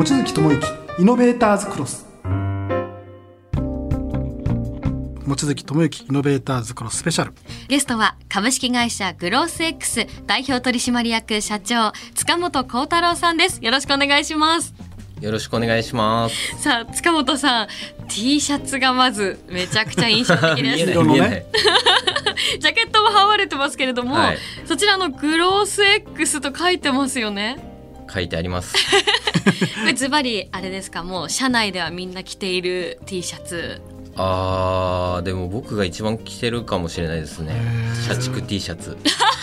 望月智之イノベーターズクロス。望月智之イノベーターズクロススペシャル。 ゲストは株式会社グロース X 代表取締役社長塚本幸太郎さんです。よろしくお願いします。 よろしくお願いします。 さあ塚本さん T シャツがまずめちゃくちゃ印象的です見えないジャケットも羽織れてますけれども、 はい、 そちらのグロース X と書いてますよね。 書いてありますズバリあれですか、もう社内ではみんな着ている T シャツ。 でも僕が一番着てるかもしれないですね。社畜 T シャツ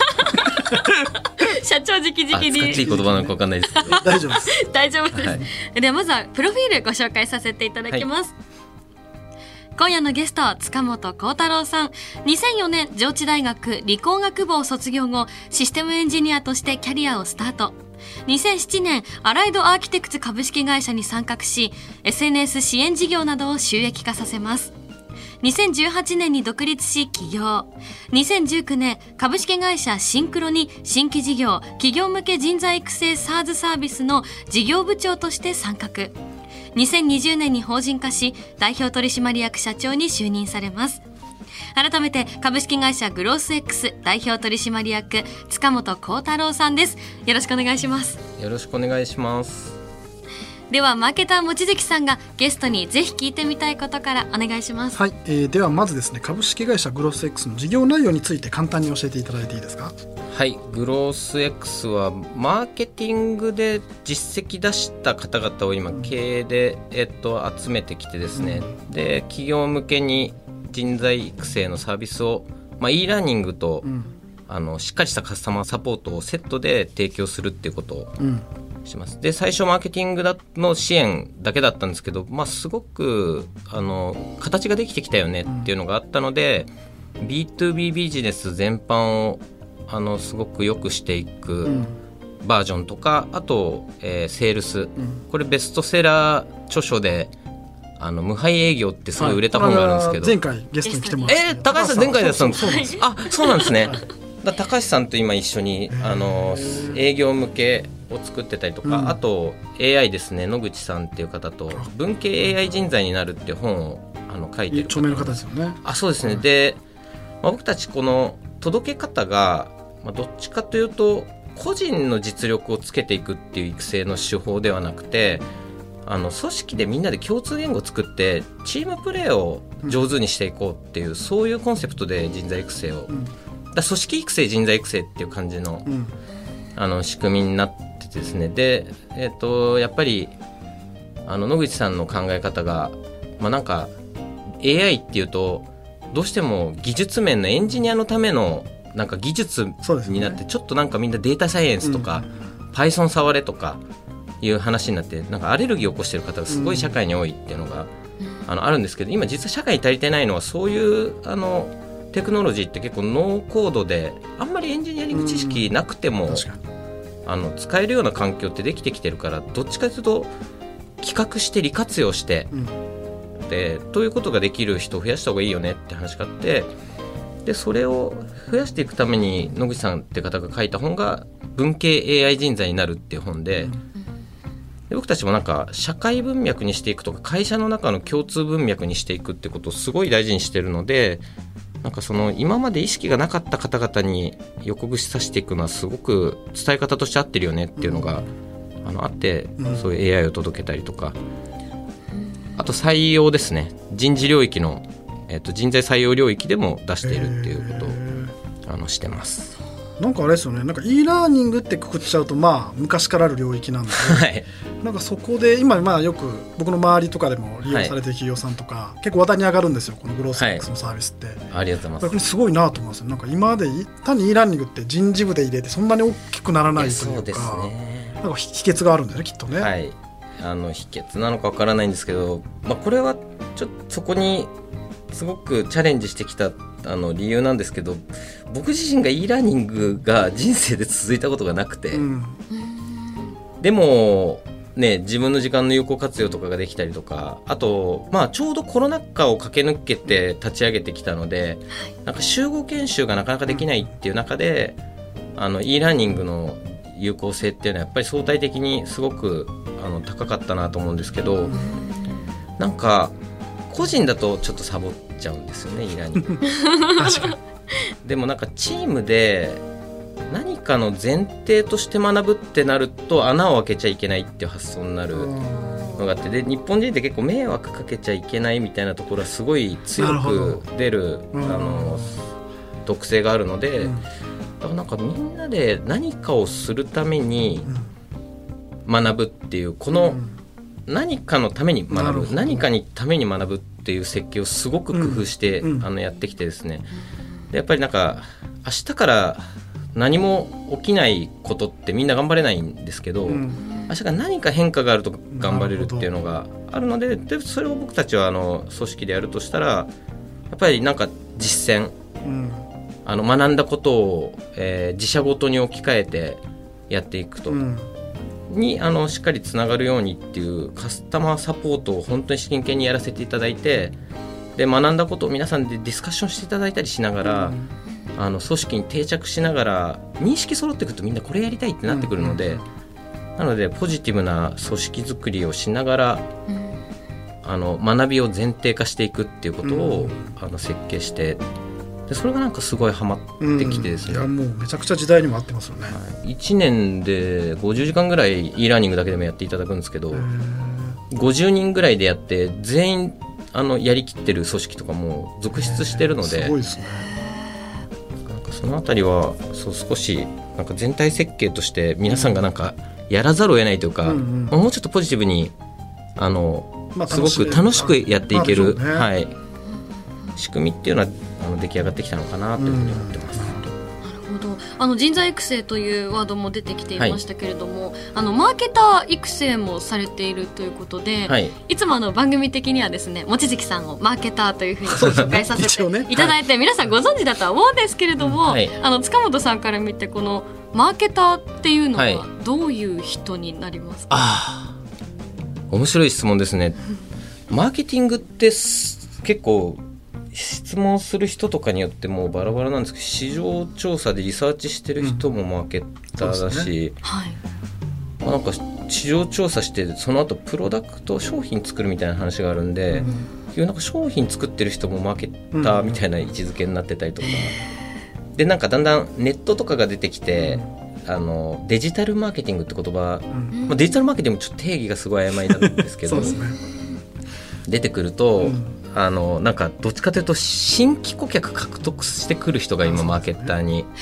社長直々に使っていい言葉なのか分かんないですけど大丈夫です大丈夫です、はい、ではまずはプロフィールご紹介させていただきます、今夜のゲスト塚本幸太郎さん。2004年上智大学理工学部を卒業後システムエンジニアとしてキャリアをスタート。2007年アライドアーキテクツ株式会社に参画し SNS 支援事業などを収益化させます。2018年に独立し起業。2019年株式会社シンクロに新規事業企業向け人材育成 SaaS サービスの事業部長として参画。2020年に法人化し代表取締役社長に就任されます。改めて株式会社グロース X 代表取締役塚本幸太郎さんです。よろしくお願いします。 よろしくお願いします。 ではマーケター望月さんがゲストにぜひ聞いてみたいことからお願いします。 はい、ではまずですね、株式会社グロース X の事業内容について簡単に教えていただいていいですか。 はい、グロース X はマーケティングで実績出した方々を今経営で、集めてきてですね、で企業向けに人材育成のサービスを、e ラーニングと、しっかりしたカスタマーサポートをセットで提供するっていうことをします。で最初マーケティングの支援だけだったんですけど、すごく形ができてきたよねっていうのがあったので、B2B ビジネス全般をすごく良くしていくバージョンとか、あと、セールス、これベストセラー著書で無敗営業ってすごい売れた本があるんですけど、 前回ゲストに来てもらって、 高橋さん前回だったんですか。そうなんですねはい、 高橋さんと今一緒に営業向けを作ってたりとか、あと AI ですね、野口さんっていう方と文系 AI 人材になるっていう本を書いてる著名の方ですよね。 そうですね。で、僕たちこの届け方が、どっちかというと個人の実力をつけていくっていう育成の手法ではなくて、組織でみんなで共通言語を作ってチームプレーを上手にしていこうっていう、そういうコンセプトで人材育成を、組織育成人材育成っていう感じの、仕組みになっててですね。で、やっぱり野口さんの考え方が、なんか AI っていうとどうしても技術面のエンジニアのためのなんか技術になって、ちょっとなんかみんなデータサイエンスとか、Python 触れとかいう話になって、なんかアレルギーを起こしている方がすごい社会に多いっていうのが、あるんですけど、今実は社会に足りてないのはそういうテクノロジーって結構ノーコードであんまりエンジニアリング知識なくても、使えるような環境ってできてきてるから、どっちかというと企画して利活用して、でということができる人を増やした方がいいよねって話があって、でそれを増やしていくために野口さんって方が書いた本が文系 AI 人材になるっていう本で、で僕たちもなんか社会文脈にしていくとか会社の中の共通文脈にしていくってことをすごい大事にしてるので、なんかその今まで意識がなかった方々に横串刺していくのはすごく伝え方として合ってるよねっていうのがあって、そういう AI を届けたりとか、あと採用ですね、人事領域の、人材採用領域でも出しているっていうことをしてます。 なんかあれですよね、なんか e ラーニングってくくっちゃうと昔からある領域なんで、なんかそこで今よく僕の周りとかでも利用されてる企業さんとか、結構話題に上がるんですよ、このグロース X のサービスって、 ありがとうございます。 すごいなと思います。なんか今まで単に e ラーニングって人事部で入れてそんなに大きくならないというか、 そうですね、 なんか秘訣があるんだよね、きっとね。 はい、秘訣なのかわからないんですけど、これはちょっとそこにすごくチャレンジしてきた理由なんですけど、僕自身が e ラーニングが人生で続いたことがなくて、でもね、自分の時間の有効活用とかができたりとか、あと、ちょうどコロナ禍を駆け抜けて立ち上げてきたので、なんか集合研修がなかなかできないっていう中で、e ラーニングの有効性っていうのはやっぱり相対的にすごく高かったなと思うんですけど、なんか個人だとちょっとサボっちゃうんですよね、イラーニング確かに。 でもなんかチームで何かの前提として学ぶってなると穴を開けちゃいけないっていう発想になるのがあって、で日本人って結構迷惑かけちゃいけないみたいなところはすごい強く出る特性があるので、だからなんかみんなで何かをするために学ぶっていう、この何かのために学ぶ、何かにために学ぶっていう設計をすごく工夫してやってきてですね、でやっぱりなんか明日から何も起きないことってみんな頑張れないんですけど、明日から何か変化があると頑張れるっていうのがあるので、それを僕たちは組織でやるとしたらやっぱりなんか実践、学んだことを、自社ごとに置き換えてやっていくと、にしっかりつながるようにっていうカスタマーサポートを本当に真剣にやらせていただいて、で学んだことを皆さんでディスカッションしていただいたりしながら、組織に定着しながら認識揃っていくとみんなこれやりたいってなってくるので、なのでポジティブな組織づくりをしながら、学びを前提化していくっていうことを、設計して、でそれがなんかすごいハマってきてですね、 いやもうめちゃくちゃ時代にも合ってますよね。 1年で50時間ぐらい e ラーニングだけでもやっていただくんですけど、50人ぐらいでやって全員やりきってる組織とかも続出してるので、 すごいですね。 なんかそのあたりは少しなんか全体設計として皆さんがなんかやらざるを得ないというか、もうちょっとポジティブにすごく楽しくやっていける、仕組みっていうのは出来上がってきたのかなというふうに思ってます。 人材育成というワードも出てきていましたけれども、マーケター育成もされているということで、いつも番組的にはですね、望月さんをマーケターというふうに紹介させていただいて、皆さんご存知だとは思うんですけれども、塚本さんから見てこのマーケターっていうのはどういう人になりますか？ 面白い質問ですね。マーケティングって結構質問する人とかによってもバラバラなんですけど、市場調査でリサーチしてる人もマーケターだし、なんか市場調査してその後プロダクト商品作るみたいな話があるんで、なんか商品作ってる人もマーケターみたいな位置づけになってたりとか、でなんかだんだんネットとかが出てきて、デジタルマーケティングって言葉、デジタルマーケティングもちょっと定義がすごい曖昧なんですけど出てくると、なんかどっちかというと新規顧客獲得してくる人が今マーケッターに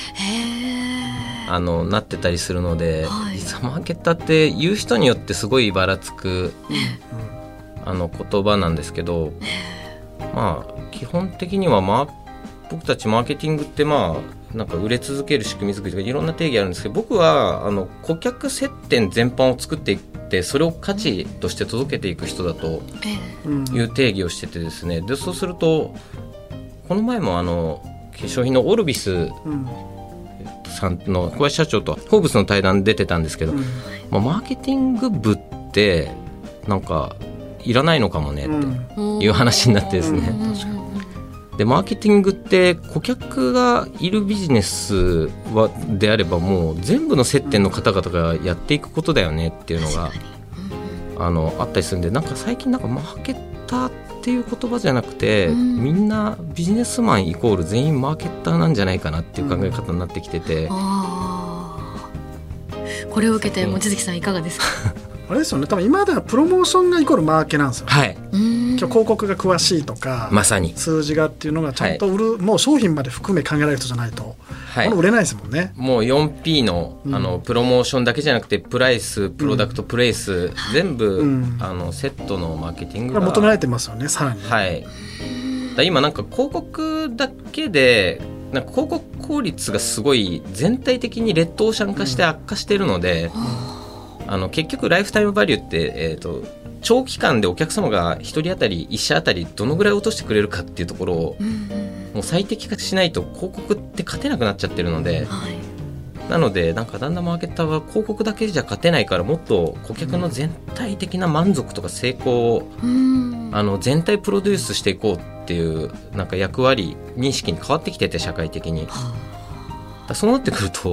なってたりするので、実はマーケッターって言う人によってすごいばらつく言葉なんですけど、基本的には僕たちマーケティングってなんか売れ続ける仕組み作りとかいろんな定義あるんですけど、僕は顧客接点全般を作っていってそれを価値として届けていく人だという定義をしててですね、でそうするとこの前も化粧品のオルビスさんの小林社長とフォーブスの対談出てたんですけど、マーケティング部ってなんかいらないのかもねっていう話になってですね、でマーケティングって顧客がいるビジネスであればもう全部の接点の方々がやっていくことだよねっていうのがあったりするんで、なんか最近なんかマーケッターっていう言葉じゃなくて、みんなビジネスマンイコール全員マーケッターなんじゃないかなっていう考え方になってきてて、 これを受けて望月さんいかがですか？ あれですよね、多分今ではプロモーションがイコールマーケなんですよ、今日広告が詳しいとかまさに数字がっていうのがちゃんと売る、もう商品まで含め考えられる人じゃないと、売れないですもんね。 もう 4P の、プロモーションだけじゃなくてプライス、プロダクト、プレイス全部、セットのマーケティングが求められてますよね、さらに。 今なんか広告だけでなんか広告効率がすごい全体的にレッドオーシャン化して悪化しているので、結局ライフタイムバリューって、長期間でお客様が1人当たり1社当たりどのぐらい落としてくれるかっていうところを、もう最適化しないと広告って勝てなくなっちゃってるので、なのでなんかだんだんマーケッターは広告だけじゃ勝てないから、もっと顧客の全体的な満足とか成功を、全体プロデュースしていこうっていうなんか役割認識に変わってきてて、社会的にそうなってくると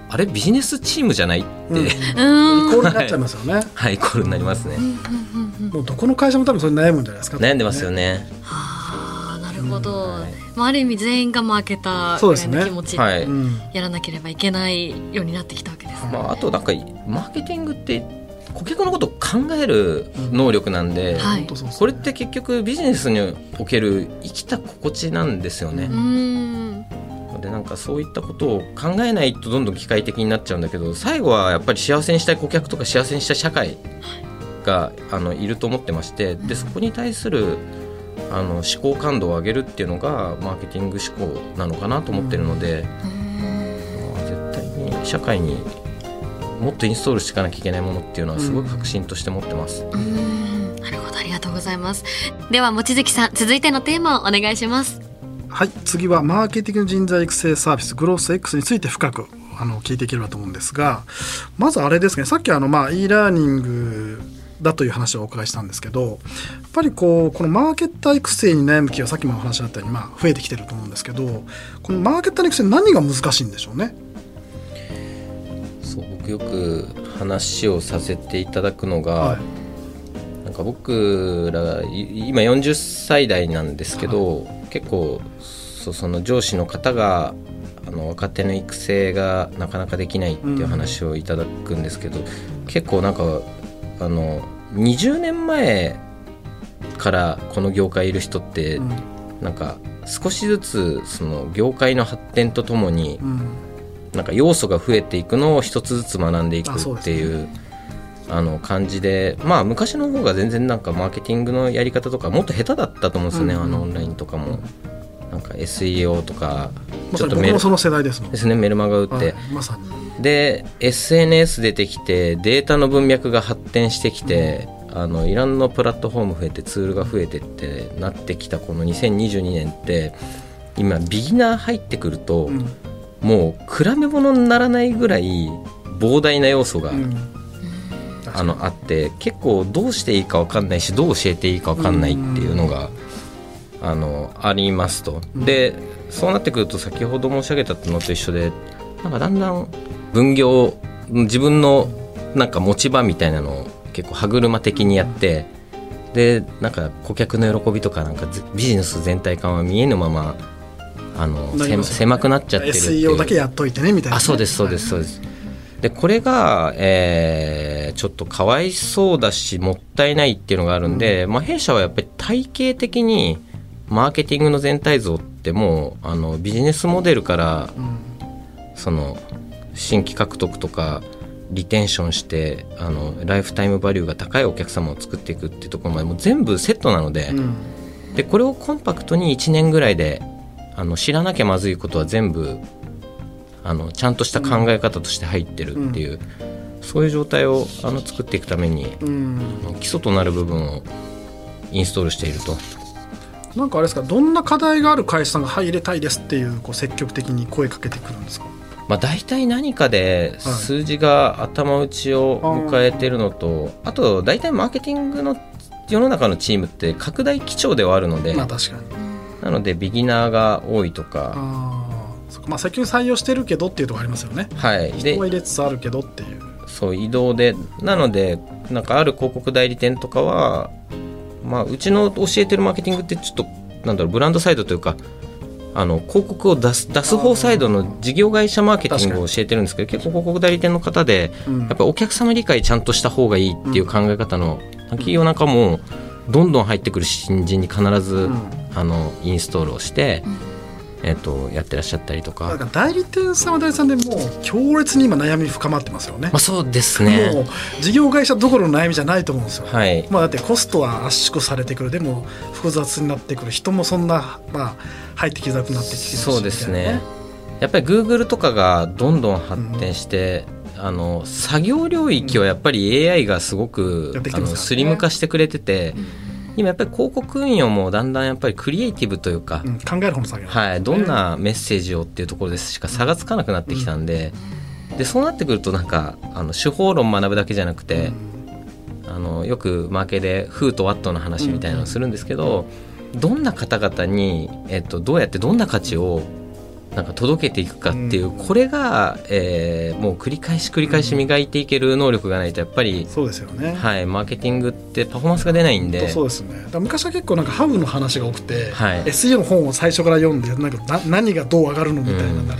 あれビジネスチームじゃないって、 イコールになっちゃいますよね。 はい、イコールになりますね。 もうどこの会社も多分それ悩むんじゃないですか。 悩んでますよね。 はあ、なるほど。ある意味全員がマーケターぐらいの気持ちでやらなければいけないようになってきたわけですね。 あとなんかマーケティングって顧客のことを考える能力なんで、これって結局ビジネスにおける生きた心地なんですよね。でなんかそういったことを考えないとどんどん機械的になっちゃうんだけど、最後はやっぱり幸せにしたい顧客とか幸せにしたい社会がいると思ってまして、でそこに対する思考感度を上げるっていうのがマーケティング思考なのかなと思ってるので、絶対に社会にもっとインストールしていかなきゃいけないものっていうのはすごく確信として持ってます。 なるほど、ありがとうございます。では望月さん、続いてのテーマをお願いします。 はい、次はマーケティング人材育成サービスグロース X について深く聞いていければと思うんですが、まずあれですね、さっきe ラーニングだという話をお伺いしたんですけど、やっぱりこのマーケッター育成に悩む企業はさっきもお話あったように増えてきてると思うんですけど、このマーケッターの育成何が難しいんでしょうね。 そう、僕よく話をさせていただくのが、なんか僕ら今40歳代なんですけど、結構その上司の方が若手の育成がなかなかできないっていう話をいただくんですけど、結構なんか20年前からこの業界いる人って、なんか少しずつその業界の発展とともに、なんか要素が増えていくのを一つずつ学んでいくっていう感じで、昔の方が全然なんかマーケティングのやり方とかもっと下手だったと思うんですよね。オンラインとかもなんか SEO とかちょっと僕もその世代ですもんですね。メルマガ打って、 まさにで SNS 出てきてデータの文脈が発展してきて、いろんなプラットフォーム増えてツールが増えてってなってきたこの2022年って、今ビギナー入ってくると、もう比べ物にならないぐらい膨大な要素が、あって結構どうしていいか分かんないしどう教えていいか分かんないっていうのが、ありますと。でそうなってくると先ほど申し上げたのと一緒で、なんかだんだん分業自分のなんか持ち場みたいなのを結構歯車的にやって、でなんか顧客の喜びとかなんかビジネス全体感は見えぬまま狭くなっちゃってるっていう。 SEO だけやっといてねみたいな、ね、 そうですそうですそうです。でこれが、ちょっとかわいそうだしもったいないっていうのがあるんで、弊社はやっぱり体系的にマーケティングの全体像ってもうビジネスモデルから、その新規獲得とかリテンションしてライフタイムバリューが高いお客様を作っていくっていうところまでもう全部セットなので、でこれをコンパクトに1年ぐらいで知らなきゃまずいことは全部ちゃんとした考え方として入ってるっていう、そういう状態を作っていくために、基礎となる部分をインストールしていると。 なんかあれですか、どんな課題がある会社さんが入れたいですっていう、積極的に声かけてくるんですか。 大体何かで数字が頭打ちを迎えてるのと、あと大体マーケティングの世の中のチームって拡大基調ではあるので、 確かになのでビギナーが多いとか、 先に採用してるけどっていうところありますよね。人は入れつつあるけどっていう、 そう移動で、なのでなんかある広告代理店とかは、うちの教えてるマーケティングってちょっとブランドサイドというか広告を出す方サイドの事業会社マーケティングを教えてるんですけど、結構広告代理店の方で、やっぱりお客様理解ちゃんとした方がいいっていう考え方の企業なんかもどんどん入ってくる新人に必ず、インストールをして、やってらっしゃったりとか。 なんか代理店さんは代理店さんでもう強烈に今悩み深まってますよね。 そうですね。 もう事業会社どころの悩みじゃないと思うんですよ。 だってコストは圧縮されてくる、でも複雑になってくる、人もそんな、入ってきづらくなってきてるし、 そうですね。やっぱり Google とかがどんどん発展して、作業領域をやっぱり AI がすごく、スリム化してくれてて、今やっぱり広告運用もだんだんやっぱりクリエイティブというか、 考える方の作業、 どんなメッセージをっていうところでしか差がつかなくなってきたんで、でそうなってくるとなんか手法論学ぶだけじゃなくて、よくマーケでフーとワットの話みたいなのをするんですけど、どんな方々に、どうやってどんな価値をなんか届けていくかっていう、これが、もう繰り返し磨いていける能力がないとやっぱり、 そうですよね、 はい、マーケティングってパフォーマンスが出ないんで。 そうですね。だから昔は結構なんかハウの話が多くて、 はい、 SEO の本を最初から読んでなんか何がどう上がるのみたいなのがあって、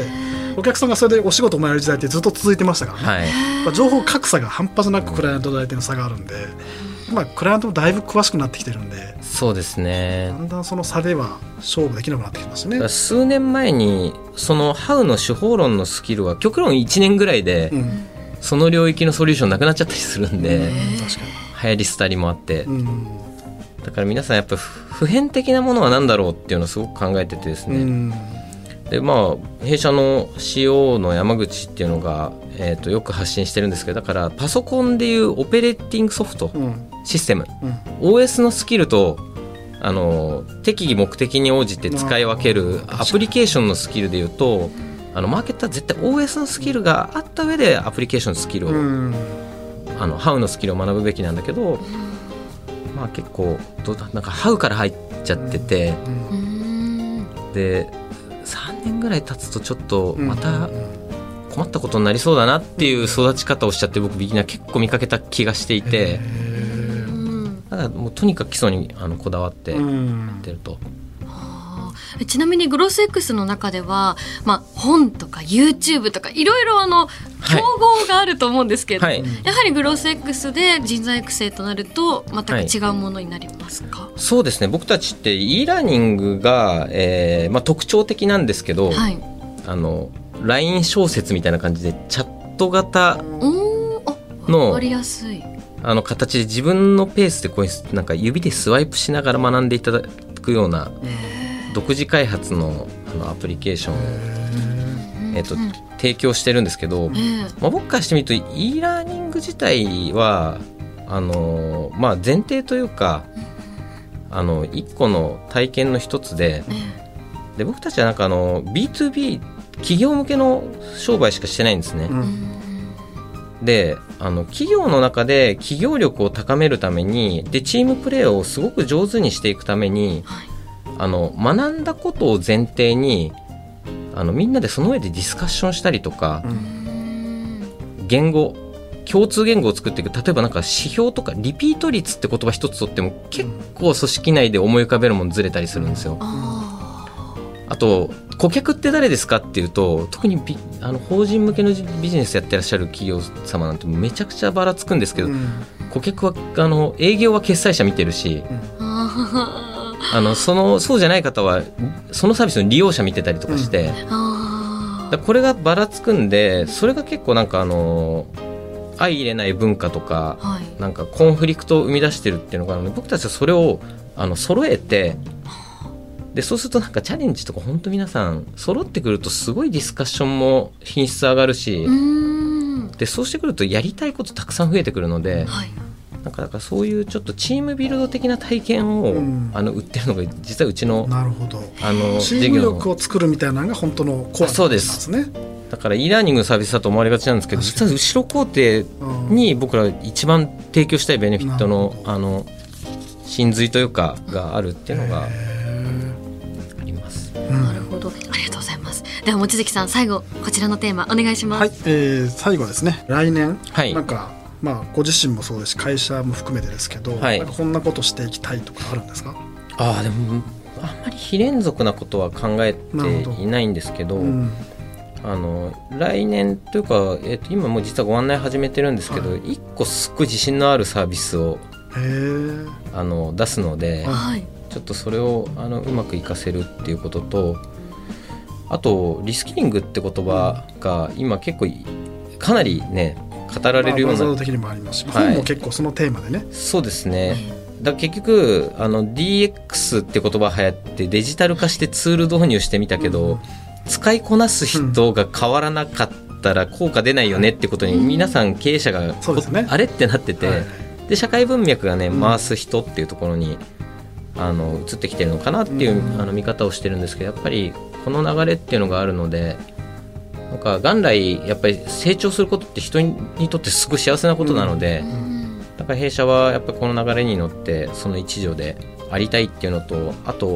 お客さんがそれでお仕事もらえる時代ってずっと続いてましたからね、はい、情報格差が半端じゃなくクライアントと相手の差があるんで、クライアントもだいぶ詳しくなってきてるんで、 そうですね、 だんだんその差では勝負できなくなってきますね。 数年前にそのハウの手法論のスキルは極論1年ぐらいで、その領域のソリューションなくなっちゃったりするんで、 確かに流行り廃りもあって、だから皆さんやっぱ普遍的なものは何だろうっていうのをすごく考えててですね、で弊社の CO の山口っていうのが、よく発信してるんですけど、だからパソコンでいうオペレーティングソフト、システム、OS のスキルと適宜目的に応じて使い分けるアプリケーションのスキルでいうと、マーケットは絶対 OS のスキルがあった上でアプリケーションのスキルを、ハウのスキルを学ぶべきなんだけど、結構なんかハウから入っちゃってて、で3年ぐらい経つとちょっとまた困ったことになりそうだなっていう育ち方をしちゃって、僕ビギナー結構見かけた気がしていて、だからもうとにかく基礎にこだわってやってると。 ちなみにグロス X の中では、本とか YouTube とかいろいろ競合があると思うんですけれども、やはりグロス X で人材育成となると全く違うものになりますか？ そうですね、僕たちって e ラーニングが、特徴的なんですけど、LINE 小説みたいな感じでチャット型のわかりやすい形で自分のペースでこうなんか指でスワイプしながら学んでいただくような独自開発のアプリケーションを、提供してるんですけど、僕からしてみると e ラーニング自体は前提というか一個の体験の一つで、僕たちはなんかB2B 企業向けの商売しかしてないんですね。で企業の中で企業力を高めるためにでチームプレーをすごく上手にしていくために、学んだことを前提にみんなでその上でディスカッションしたりとか、共通言語を作っていく。例えばなんか指標とかリピート率って言葉一つとっても結構組織内で思い浮かべるものずれたりするんですよ。あと顧客って誰ですかっていうと、特に法人向けのビジネスやってらっしゃる企業様なんてめちゃくちゃばらつくんですけど、顧客は営業は決済者見てるし、そうじゃない方はそのサービスの利用者見てたりとかして、これがばらつくんで、それが結構なんか相入れない文化とか、なんかコンフリクトを生み出してるっていうのがあるので、僕たちはそれを揃えて、でそうするとなんかチャレンジとか本当皆さん揃ってくるとすごいディスカッションも品質上がるし、でそうしてくるとやりたいことたくさん増えてくるので、なんかそういうちょっとチームビルド的な体験を、売ってるのが実はうちのなるほどチーム力を作るみたいなのが本当のコアなんですね。 だから e ラーニングのサービスだと思われがちなんですけど、実は後ろ工程に僕ら一番提供したいベネフィットの真髄というかがあるっていうのがあります。 なるほど、ありがとうございます。では望月さん、最後こちらのテーマお願いします。 最後ですね、来年、なんかご自身もそうですし会社も含めてですけど、なんかこんなことしていきたいとかあるんですか？ でもあんまり非連続なことは考えていないんですけど、来年というか、今も実はご案内始めてるんですけど、1個すっごい自信のあるサービスを出すので、ちょっとそれをうまく活かせるっていうことと、あとリスキリングって言葉が今結構かなりね語られるような、 的にもありますし、本も結構そのテーマでね。 そうですね。だ結局DX って言葉流行ってデジタル化してツール導入してみたけど、使いこなす人が変わらなかったら効果出ないよねってことに皆さん経営者が、あれってなってて、で社会文脈がね回す人っていうところに移ってきてるのかなっていう見方をしてるんですけど、やっぱりこの流れっていうのがあるので、なんか元来やっぱり成長することって人にとってすごい幸せなことなので、だから弊社はやっぱりこの流れに乗ってその一助でありたいっていうのと、あと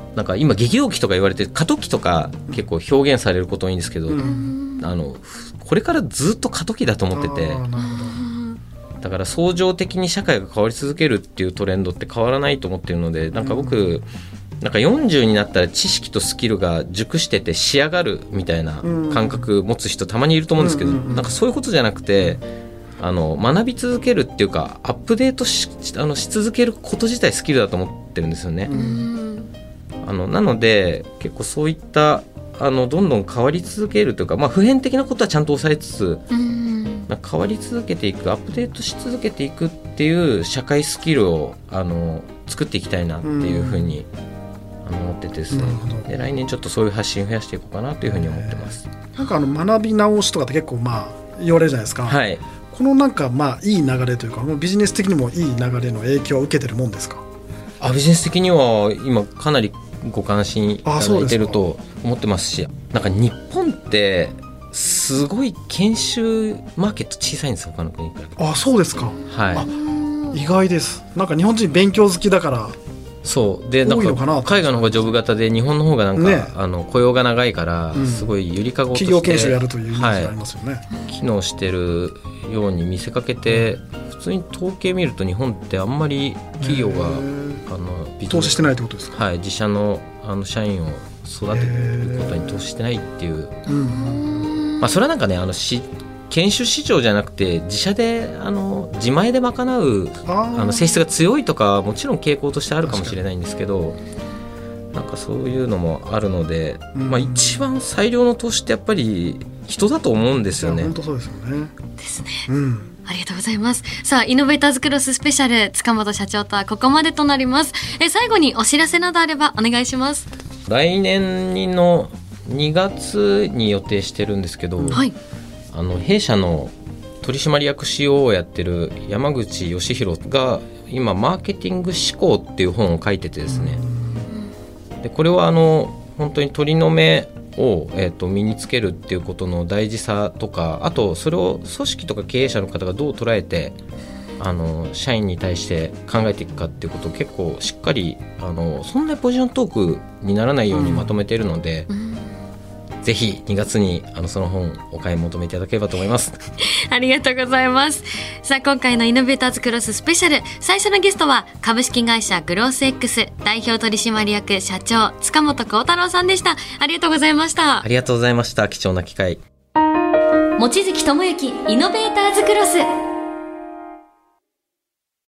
なんか今激動期とか言われて過渡期とか結構表現されること多いんですけど、これからずっと過渡期だと思ってて、だから相乗的に社会が変わり続けるっていうトレンドって変わらないと思ってるので、なんか僕なんか40になったら知識とスキルが熟してて仕上がるみたいな感覚持つ人たまにいると思うんですけど、なんかそういうことじゃなくて、学び続けるっていうかアップデートし続けること自体スキルだと思ってるんですよね。なので結構そういったどんどん変わり続けるというか、普遍的なことはちゃんと抑えつつ、変わり続けていく、アップデートし続けていくっていう社会スキルを作っていきたいなっていうふうに思っててですね、で来年ちょっとそういう発信を増やしていこうかなというふうに思ってます。 なんか学び直しとかって結構言われるじゃないですか、はい、このなんかいい流れというかビジネス的にもいい流れの影響を受けてるもんですか？ ビジネス的には今かなりご関心いただいてると思ってますし、なんか日本ってすごい研修マーケット小さいんですよ、他の国から。 そうですか。 はい、 意外です。なんか日本人勉強好きだからそうで、なんか海外の方がジョブ型で日本の方がなんか、雇用が長いからすごいゆりかごとして、 企業研修やるというイメージがありますよね。 機能してるように見せかけて、普通に統計見ると日本ってあんまり企業が投資してないってことですか？ はい、自社の社員を育てることに投資してないっていう、それはなんかね研修市場じゃなくて自社で自前で賄う性質が強いとかもちろん傾向としてあるかもしれないんですけど、なんかそういうのもあるので、一番最良の投資ってやっぱり人だと思うんですよね。 本当そうですよね。 ですね。ありがとうございます。さあ、イノベーターズクロススペシャル、塚本社長とはここまでとなります。最後にお知らせなどあればお願いします。 来年の2月に予定してるんですけど、はい、弊社の取締役 COO をやってる山口義弘が今マーケティング思考っていう本を書いててですね、でこれは本当に鳥の目を、身につけるっていうことの大事さとか、あとそれを組織とか経営者の方がどう捉えて社員に対して考えていくかっていうことを結構しっかりそんなポジショントークにならないようにまとめているので、ぜひ2月にその本お買い求めいただければと思いますありがとうございます。さあ、今回のイノベーターズクロススペシャル、最初のゲストは株式会社グロース X 代表取締役社長塚本幸太郎さんでした。ありがとうございました。 ありがとうございました。貴重な機会。 望月智之イノベーターズクロス。